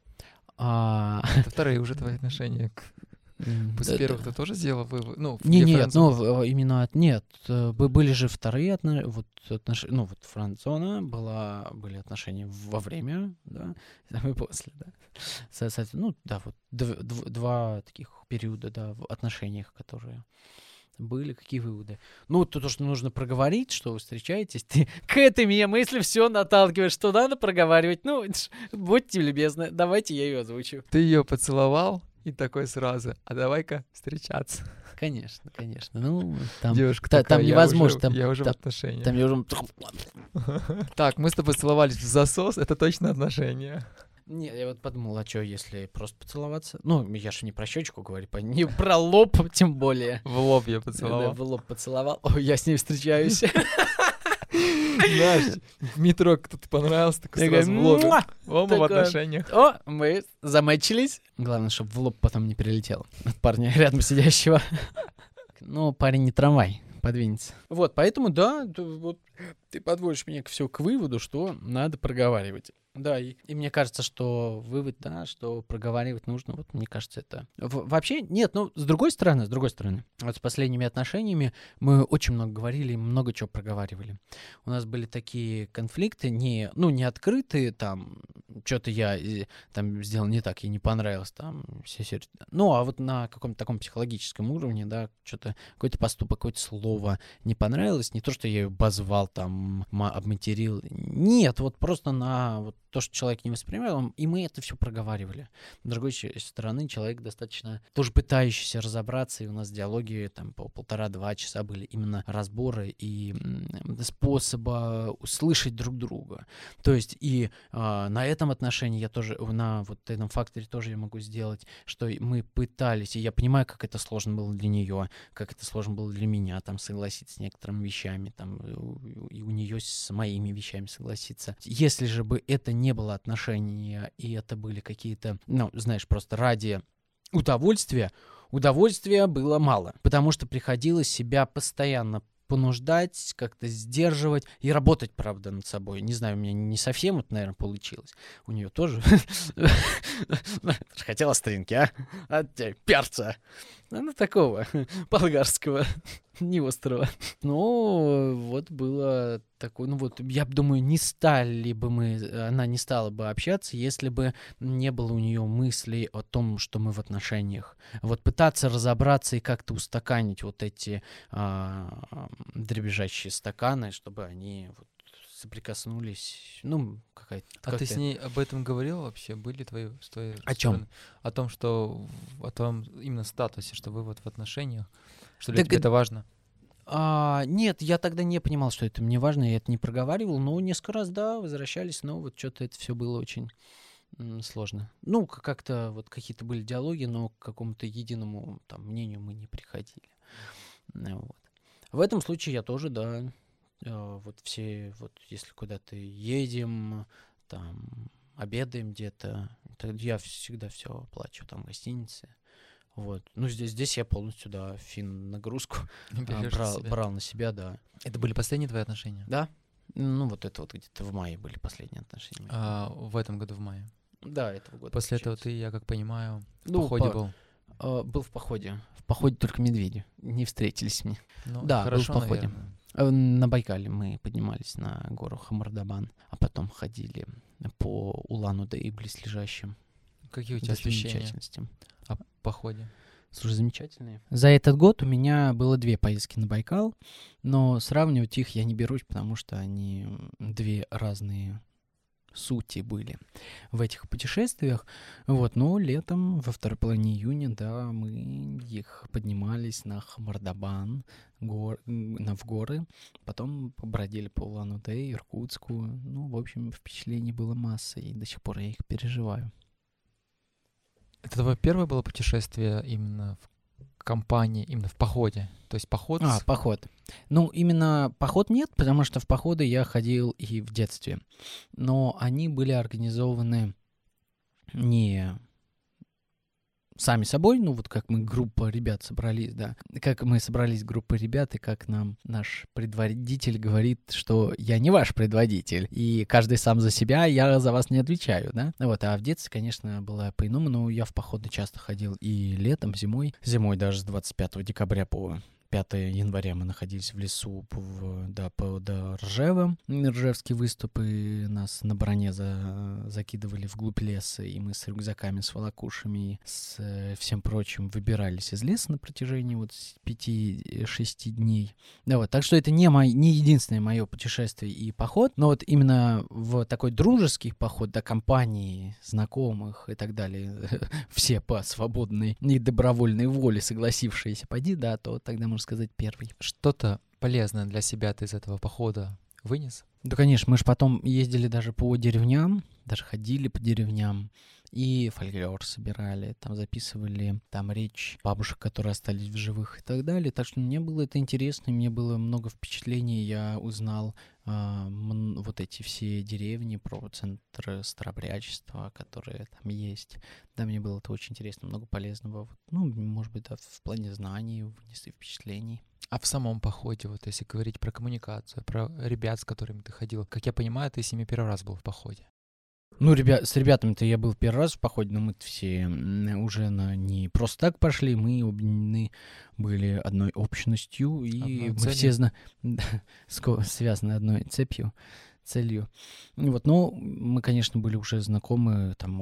B: Это вторые уже твои отношения. После первых ты тоже сделал вывод? Ну,
A: нет, именно нет. Были же вторые отношения, ну, вот френд-зона, были отношения во время, да, и после, да. Ну, да, вот два таких периода, да, в отношениях, которые были. Какие выводы? Ну, то, что нужно проговорить, что вы встречаетесь, ты к этой мне мысли все наталкиваешь, что надо проговаривать. Ну, будьте любезны, давайте я ее озвучу.
B: Ты ее поцеловал? И такой сразу, а давай-ка встречаться.
A: Конечно. Ну, там,
B: девушка
A: там
B: такая,
A: невозможно.
B: Я уже в отношениях.
A: Там я уже...
B: Так, мы с тобой целовались в засос, это точно отношения.
A: Нет, я вот подумал, а что, если просто поцеловаться? Ну, я же не про щечку говорю, не про лоб, тем более.
B: В лоб я поцеловал.
A: Да, в лоб поцеловал. Ой, я с ней встречаюсь.
B: Знаешь, в метро кто-то понравился, такой сразу в лоб. Оба в отношениях.
A: О, мы замэчились. Главное, чтобы в лоб потом не прилетело от парня рядом сидящего. Ну, парень не трамвай, подвинется. Вот, поэтому, да, вот ты подводишь меня к выводу, что надо проговаривать. Да, и мне кажется, что вывод, да, что проговаривать нужно, вот мне кажется, это... Вообще, нет, ну, с другой стороны, вот с последними отношениями мы очень много говорили, много чего проговаривали. У нас были такие конфликты, не открытые, там, что-то я там сделал не так, ей не понравилось, там, ну, а вот на каком-то таком психологическом уровне, да, что-то, какой-то поступок, какое-то слово не понравилось, не то, что я ее обозвал, там, обматерил, нет, вот просто на вот то, что человек не воспринимал, и мы это все проговаривали. С другой стороны, человек достаточно тоже пытающийся разобраться, и у нас диалоги там по 1,5-2 часа были именно разборы и способа услышать друг друга. То есть и на этом отношении я тоже, на вот этом факторе тоже я могу сделать, что мы пытались, и я понимаю, как это сложно было для нее, как это сложно было для меня, там, согласиться с некоторыми вещами, там, и у нее с моими вещами согласиться. Если же бы это не было отношения, и это были какие-то, ну, знаешь, просто ради удовольствия было мало, потому что приходилось себя постоянно понуждать, как-то сдерживать и работать, правда, над собой. Не знаю, у меня не совсем это, наверное, получилось. У нее тоже. Хотела стринки, а? От тебя перца. Ну, такого, болгарского, не острого. Ну, вот было такое, ну вот, я думаю, она не стала бы общаться, если бы не было у нее мыслей о том, что мы в отношениях. Вот пытаться разобраться и как-то устаканить вот эти дребезжащие стаканы, чтобы они вот соприкоснулись, ну,
B: А ты с ней об этом говорил вообще? Были твои стороны?
A: О чем?
B: О том, что о твоем именно статусе, что вы вот в отношениях, что для
A: Так
B: тебя это важно?
A: Нет, я тогда не понимал, что это мне важно, я это не проговаривал, но несколько раз, да, возвращались, но вот что-то это все было очень сложно. Ну, как-то вот какие-то были диалоги, но к какому-то единому там мнению мы не приходили. Вот. В этом случае я тоже, да, вот все, вот если куда-то едем, там, обедаем где-то, я всегда все оплачиваю, там, гостиницы. Вот. Ну, здесь я полностью, да, нагрузку брал на себя, да.
B: Это были последние твои отношения?
A: Да. Ну, вот это вот где-то в мае были последние отношения.
B: В этом году в мае?
A: Да, этого года.
B: После этого ты, я как понимаю, в
A: Ну,
B: походе был?
A: Был в походе. В походе только медведи. Не встретились мне.
B: Ну,
A: да,
B: хорошо,
A: был в походе.
B: Наверное.
A: На Байкале мы поднимались на гору Хамардабан, а потом ходили по Улан-Удэ и близлежащим
B: Какие у тебя ощущения
A: достопримечательностям.
B: о походе?
A: Слушай, замечательные. За этот год у меня было 2 поездки на Байкал, но сравнивать их я не берусь, потому что они 2 разные сути были в этих путешествиях. Вот, но летом, во второй половине июня, да, мы поднимались на Хамардабан, в горы, потом бродили по Улан-Удэ, Иркутску. Ну, в общем, впечатлений было масса, и до сих пор я их переживаю.
B: Это твое первое было путешествие именно в компании, именно в походе? То есть поход?
A: Поход. Ну, именно поход нет, потому что в походы я ходил и в детстве. Но они были организованы не сами собой, ну вот как мы группа ребят собрались, да, как мы собрались группой ребят, и как нам наш предводитель говорит, что я не ваш предводитель, и каждый сам за себя, я за вас не отвечаю, да. Вот, а в детстве, конечно, было по-иному, но я в походы часто ходил и летом, зимой даже с 25 декабря по 5 января мы находились в лесу до Ржева. Ржевские выступы нас на броне закидывали вглубь леса, и мы с рюкзаками, с волокушами, с всем прочим выбирались из леса на протяжении вот 5-6 дней. Да, вот, так что это не единственное мое путешествие и поход, но вот именно в такой дружеский поход до компании, знакомых и так далее, все по свободной и добровольной воле согласившиеся пойти, да, то тогда можно сказать первый.
B: Что-то полезное для себя ты из этого похода вынес?
A: Да, конечно, мы же потом ездили даже по деревням, даже ходили по деревням, и фольклор собирали, там записывали там речь бабушек, которые остались в живых и так далее. Так что мне было это интересно, мне было много впечатлений, я узнал вот эти все деревни, про центры старообрядчества, которые там есть. Да, мне было это очень интересно, много полезного. Ну, может быть, да, в плане знаний, вынесли впечатлений.
B: А в самом походе, вот если говорить про коммуникацию, про ребят, с которыми ты ходил, как я понимаю, ты с ними первый раз был в походе.
A: Ну, с ребятами-то я был первый раз в походе, но мы все уже не просто так пошли, мы объединены были одной общностью, и мы все связаны одной целью. Вот, но мы, конечно, были уже знакомы там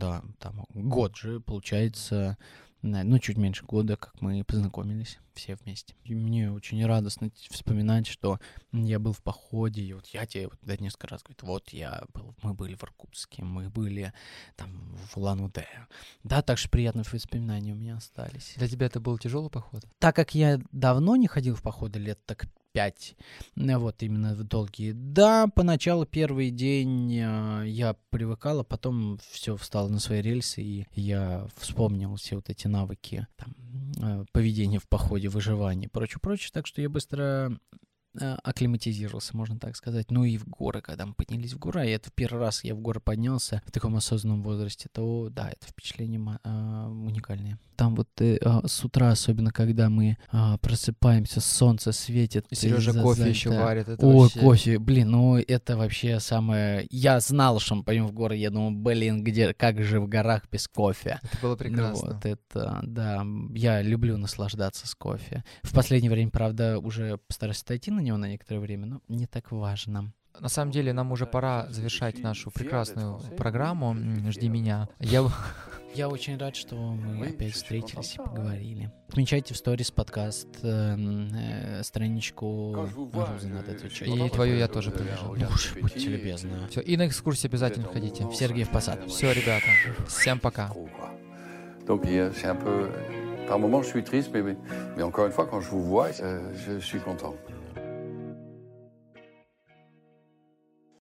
A: год же, получается, ну, чуть меньше года, как мы познакомились все вместе. И мне очень радостно вспоминать, что я был в походе, и вот я тебе несколько раз говорю, вот мы были в Иркутске, мы были там в Улан-Удэ. Да, так что приятные воспоминания у меня остались.
B: Для тебя это был тяжелый поход?
A: Так как я давно не ходил в походы, лет так 5, вот именно в долгие. Да, поначалу первый день я привыкал, а потом все встало на свои рельсы, и я вспомнил все вот эти навыки там, поведения в походе, выживания и прочее. Так что я быстро акклиматизировался, можно так сказать. Ну и в горы, когда мы поднялись в горы, и это в первый раз я в горы поднялся в таком осознанном возрасте, то да, это впечатление уникальное. Там вот с утра, особенно когда мы просыпаемся, солнце светит.
B: И Сережа кофе еще варит. Это
A: Ой,
B: вообще...
A: кофе, блин, ну это вообще самое... Я знал, что мы пойдем в горы, я думал, блин, как же в горах без кофе?
B: Это было прекрасно.
A: Ну, вот это, да, я люблю наслаждаться с кофе. В последнее время, правда, уже постараюсь отойти на него на некоторое время, но не так важно.
B: На самом деле, нам уже пора завершать нашу прекрасную программу «Жди меня».
A: Я очень рад, что мы опять встретились и поговорили. Отмечайте в сторис подкаст, страничку Рузы надо отвечать.
B: И твою я тоже привяжу.
A: Будьте любезны.
B: Все, и на экскурсии обязательно ходите.
A: В Сергиев Посад.
B: Все, ребята, всем пока.
C: Donc c'est un peu... Par moments, je suis triste, mais encore une fois, quand je vous vois, je suis content.